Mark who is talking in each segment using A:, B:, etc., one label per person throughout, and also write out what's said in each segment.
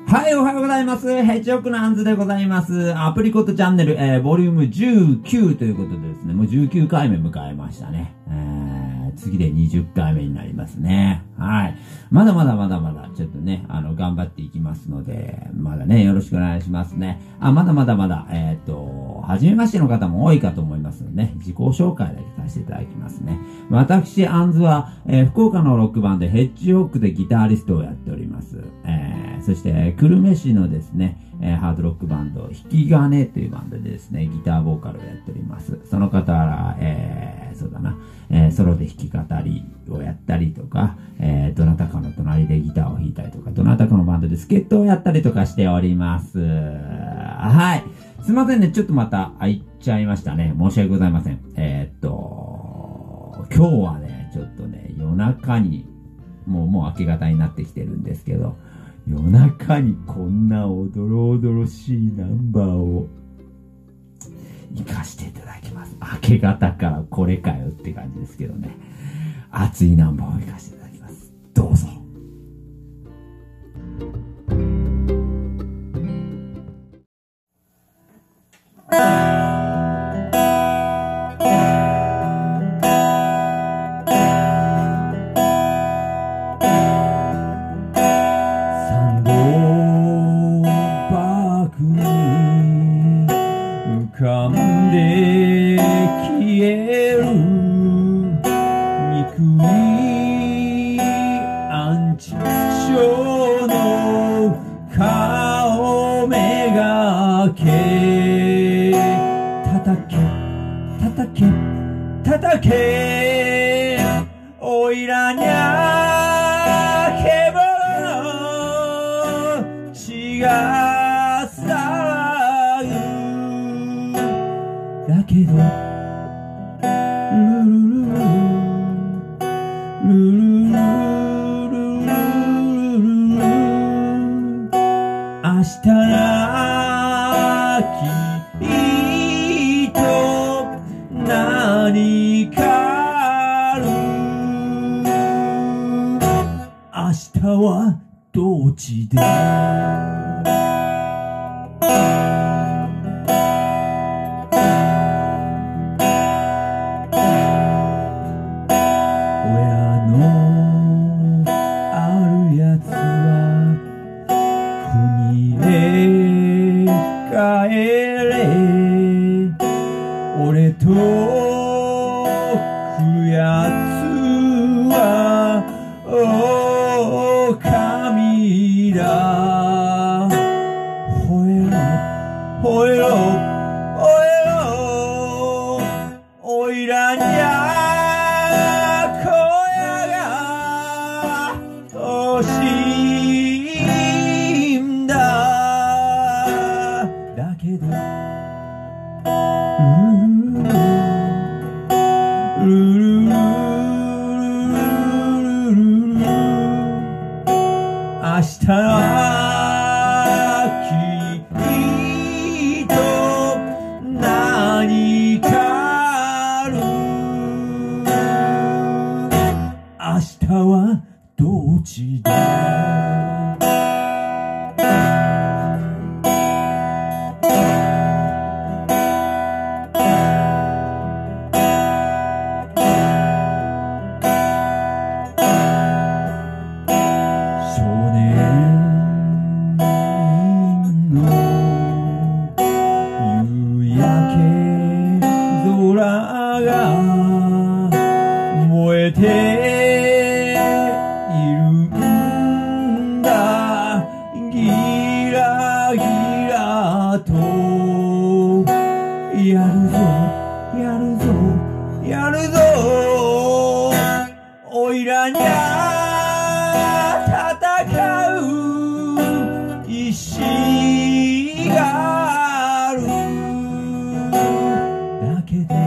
A: はい、おはようございます。ヘッジホックのアンズでございます。アプリコットチャンネル、ボリューム19ということでですね、もう19回目迎えましたね。次で20回目になりますね。はい。まだまだ、ちょっとね、頑張っていきますので、まだね、よろしくお願いしますね。まだ、初めましての方も多いかと思いますのでね、自己紹介だけさせていただきますね。私、アンズは、福岡のロックバンドヘッジホックでギタリストをやっております。そして、久留米市のですね、ハードロックバンド、引き金というバンドでですね、ギターボーカルをやっております。その方は、そうだな、ソロで弾き語りをやったりとか、どなたかの隣でギターを弾いたりとか、どなたかのバンドで助っ人をやったりとかしております。はい。すいませんね、ちょっとまた開いちゃいましたね。申し訳ございません。今日はね、ちょっとね、夜中に、もう明け方になってきてるんですけど、夜中にこんなおどろおどろしいナンバーを活かしていただきます。明け方からこれかよって感じですけどね。熱いナンバーを活かしていただきます。どうぞ。浮かんで消える憎いアンチ症の顔めがけ叩けおいらにゃけぼの血が騒ぐだけどルルル明日なきっと何かある明日はどっちで俺とくやつは狼だ吠えろおいらにゃ小屋が欲しいんだだけど明日はきっと何かある明日はどっちだ燃えているんだギラギラとやるぞおいらにゃ戦う意志があるだけど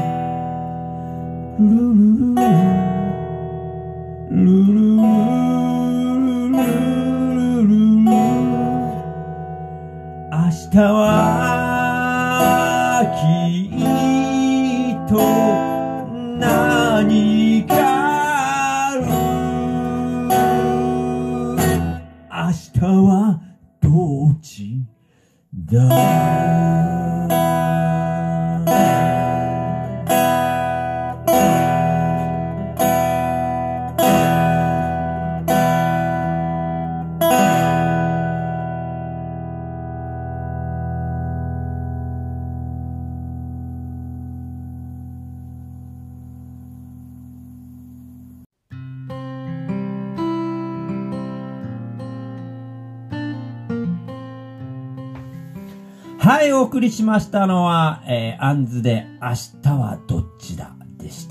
A: 明日はきっと何かある明日はどうはい、お送りしましたのは、アンズで明日はどっちだでした。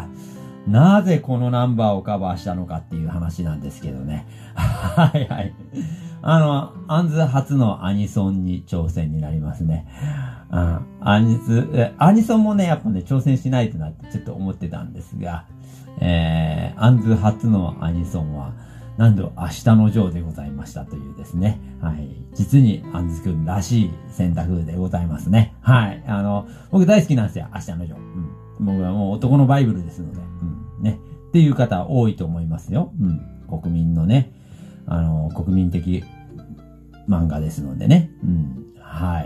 A: なぜこのナンバーをカバーしたのかっていう話なんですけどね。はいはい。アンズ初のアニソンに挑戦になりますね。アニソンもね、やっぱね、挑戦しないとなってちょっと思ってたんですが、アンズ初のアニソンは、なんと明日のジョーでございましたというですね。はい。実にアンズくんらしい選択でございますね。はい。僕大好きなんですよ。明日のジョー。僕はもう男のバイブルですので。ね。っていう方多いと思いますよ。国民のね、国民的漫画ですのでね。はい。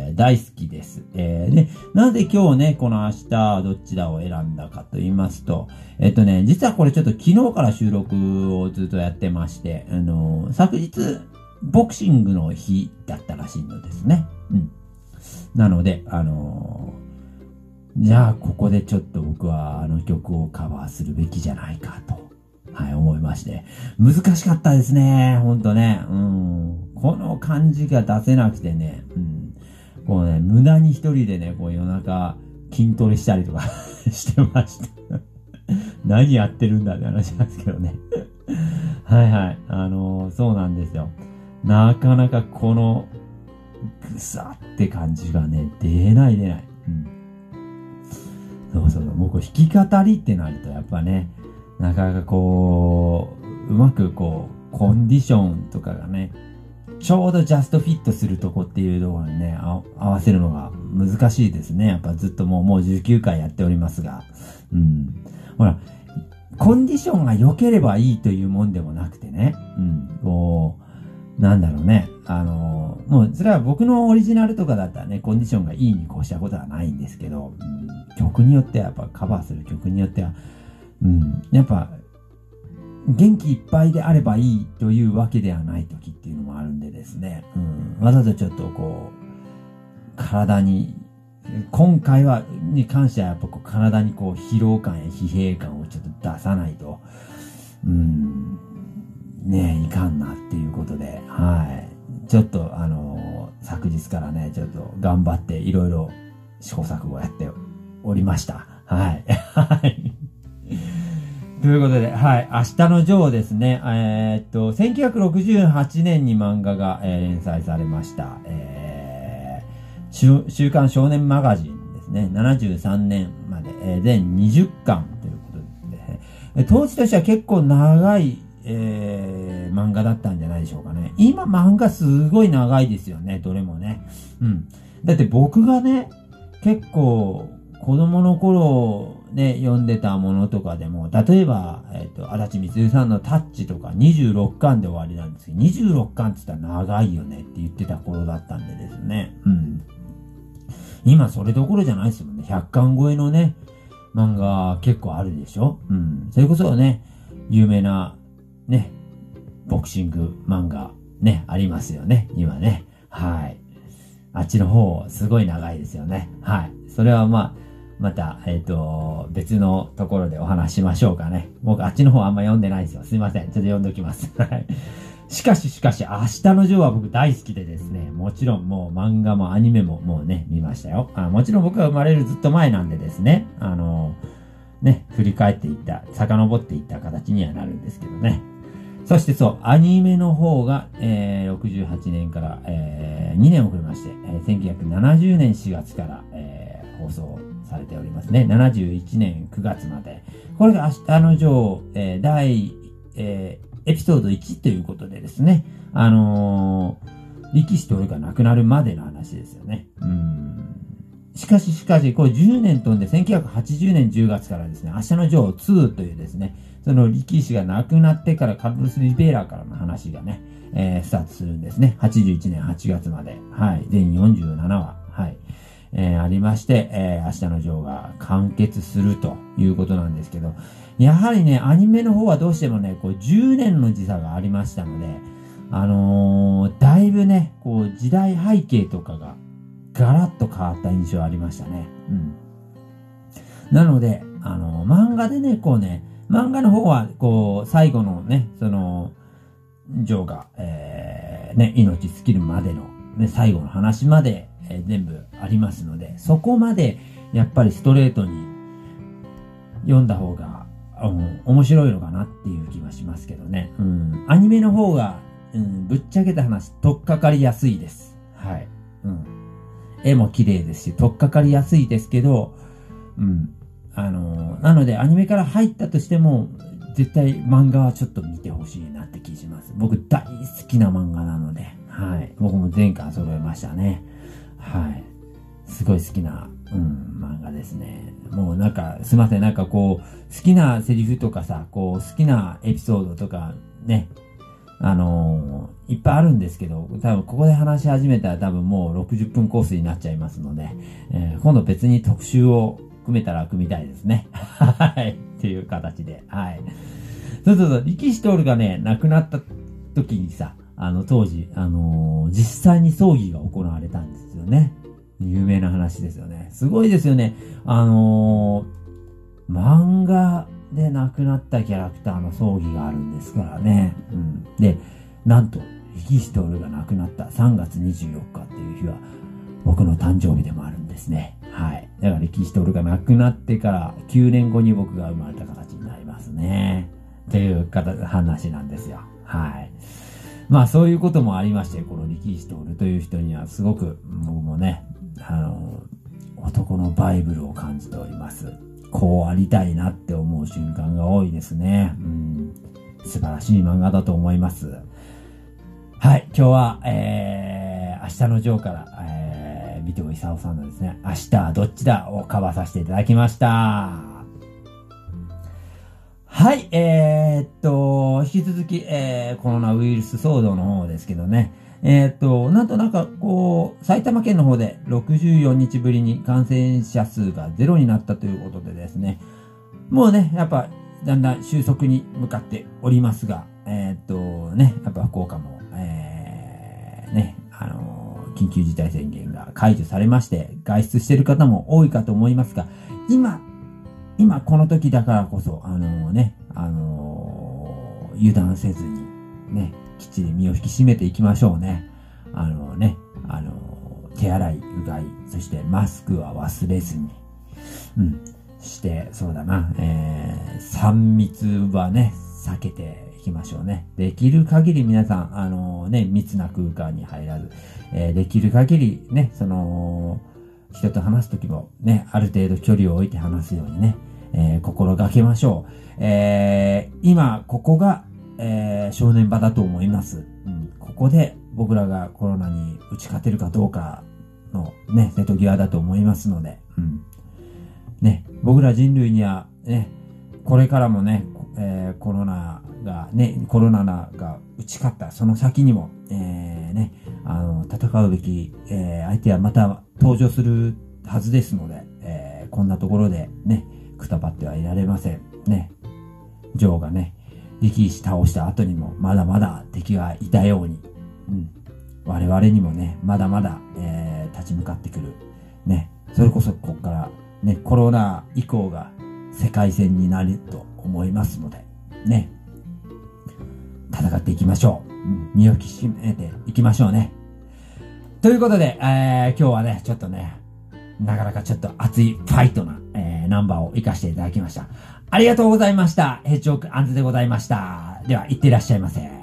A: 大好きです。で、なぜ今日ね、この明日どっちだを選んだかと言いますと、実はこれちょっと昨日から収録をずっとやってまして、昨日、ボクシングの日だったらしいのですね。なので、じゃあここでちょっと僕はあの曲をカバーするべきじゃないかと、はい、思いまして。難しかったですね。ほんとね。この感じが出せなくてね。こうね、無駄に一人でね、こう夜中筋トレしたりとかしてました。何やってるんだって話なんですけどね。はいはい。そうなんですよ。なかなかこの、ぐさって感じがね、出ない。そう。もうこう弾き語りってなるとやっぱね、なかなかこう、うまくこう、コンディションとかがね、ちょうどジャストフィットするとこっていうところにね、合わせるのが難しいですね。やっぱずっともう19回やっておりますが。ほら、コンディションが良ければいいというもんでもなくてね。こう、なんだろうね。もう、それは僕のオリジナルとかだったらね、コンディションがいいに越したことはないんですけど、曲によってはやっぱカバーする曲によっては、やっぱ、元気いっぱいであればいいというわけではない時っていうのもあるんでですね。わざとちょっとこう、体に、今回に関してはやっぱこう体にこう疲労感や疲弊感をちょっと出さないと、ねいかんなっていうことで、はい。ちょっと昨日からね、ちょっと頑張っていろいろ試行錯誤やっておりました。はい。はい。ということで、はい。明日のジョーですね。1968年に漫画が、連載されました。週刊少年マガジンですね。73年まで、全20巻ということで、ね、当時としては結構長い、漫画だったんじゃないでしょうかね。今漫画すごい長いですよね。どれもね。だって僕がね、結構子供の頃ね、読んでたものとかでも、例えば、足立光さんのタッチとか26巻で終わりなんですけど、26巻って言ったら長いよねって言ってた頃だったんでですね。今それどころじゃないですもんね。100巻超えのね、漫画結構あるでしょ。それこそね、有名な、ね、ボクシング漫画、ね、ありますよね。今ね。はい。あっちの方、すごい長いですよね。はい。それはまた、別のところでお話しましょうかね。僕、あっちの方あんま読んでないですよ。すいません。ちょっと読んどきます。はい。しかし、明日のジョーは僕大好きでですね、もちろんもう漫画もアニメももうね、見ましたよ。もちろん僕が生まれるずっと前なんでですね、振り返っていった、遡っていった形にはなるんですけどね。そしてそう、アニメの方が、68年から、2年遅れまして、1970年4月から、放送されておりますね。71年9月まで。これが明日のジョー、エピソード1ということでですね、力士と俺が亡くなるまでの話ですよね。 しかし、これ10年飛んで1980年10月からですね、明日のジョー2というですね、その力士が亡くなってからカルロス・リベーラからの話がね、スタートするんですね。81年8月まで。はい。全47話。はい。ありまして、明日のジョーが完結するということなんですけど、やはりね、アニメの方はどうしてもね、こう10年の時差がありましたので、だいぶね、こう時代背景とかがガラッと変わった印象ありましたね。うん。なので、漫画でね、こうね、漫画の方は、こう、最後のね、その、ジョーが、ね、命尽きるまでの、ね、最後の話まで、全部ありますので、そこまで、やっぱりストレートに読んだ方が、面白いのかなっていう気はしますけどね。うん。アニメの方が、ぶっちゃけた話、取っかかりやすいです。はい。うん。絵も綺麗ですし、取っかかりやすいですけど、うん。なのでアニメから入ったとしても、絶対漫画はちょっと見てほしいなって気します。僕大好きな漫画なので、はい。僕も前回揃えましたね。はい。すごい好きな、漫画ですね。もうなんか、すいません、なんかこう、好きなセリフとかさ、こう、好きなエピソードとか、ね、いっぱいあるんですけど、多分ここで話し始めたら多分もう60分コースになっちゃいますので、今度別に特集を組めたら組みたいですね。はい。っていう形で。はい。そう、力士徹がね、亡くなった時にさ、当時、実際に葬儀が行われたんですよね。有名な話ですよね。すごいですよね。漫画で亡くなったキャラクターの葬儀があるんですからね。うん。で、なんと、力士徹が亡くなった3月24日っていう日は、僕の誕生日でもあるんですね。はい。だから力士徹が亡くなってから9年後に僕が生まれた形になりますね。っていう話なんですよ。はい。まあそういうこともありまして、この力士徹という人にはすごく僕もね、男のバイブルを感じております。こうありたいなって思う瞬間が多いですね。素晴らしい漫画だと思います。はい。今日は、明日のジョーから、尾藤勲さんのですね、明日はどっちだをカバーさせていただきました。はい。引き続き、コロナウイルス騒動の方ですけどね。なんとなんか、こう、埼玉県の方で64日ぶりに感染者数がゼロになったということでですね。もうね、やっぱ、だんだん収束に向かっておりますが、やっぱ福岡も、緊急事態宣言が解除されまして、外出している方も多いかと思いますが、今この時だからこそ、油断せずに、ね、きっちり身を引き締めていきましょうね。手洗い、うがい、そしてマスクは忘れずに。そして、そうだな、3密はね、避けていきましょうね。できる限り皆さん、密な空間に入らず、できる限りね、人と話すときもね、ある程度距離を置いて話すようにね、心がけましょう。今、ここが、正念場だと思います。ここで僕らがコロナに打ち勝てるかどうかのね、瀬戸際だと思いますので、僕ら人類にはね、これからもね、コロナが打ち勝ったその先にも、戦うべき、相手はまた登場するはずですので、こんなところでね、くたばってはいられません。ね。ジョーがね、力士倒した後にもまだまだ敵がいたように、我々にもね、まだまだ、立ち向かってくる。ね。それこそここからね、コロナ以降が世界戦になると思いますので、ね。戦っていきましょう。身を引き締めていきましょうね。ということで、今日はね、ちょっとね、なかなかちょっと熱いファイトな、ナンバーを活かしていただきました。ありがとうございました。ヘッジホックアンズでございました。では、いってらっしゃいませ。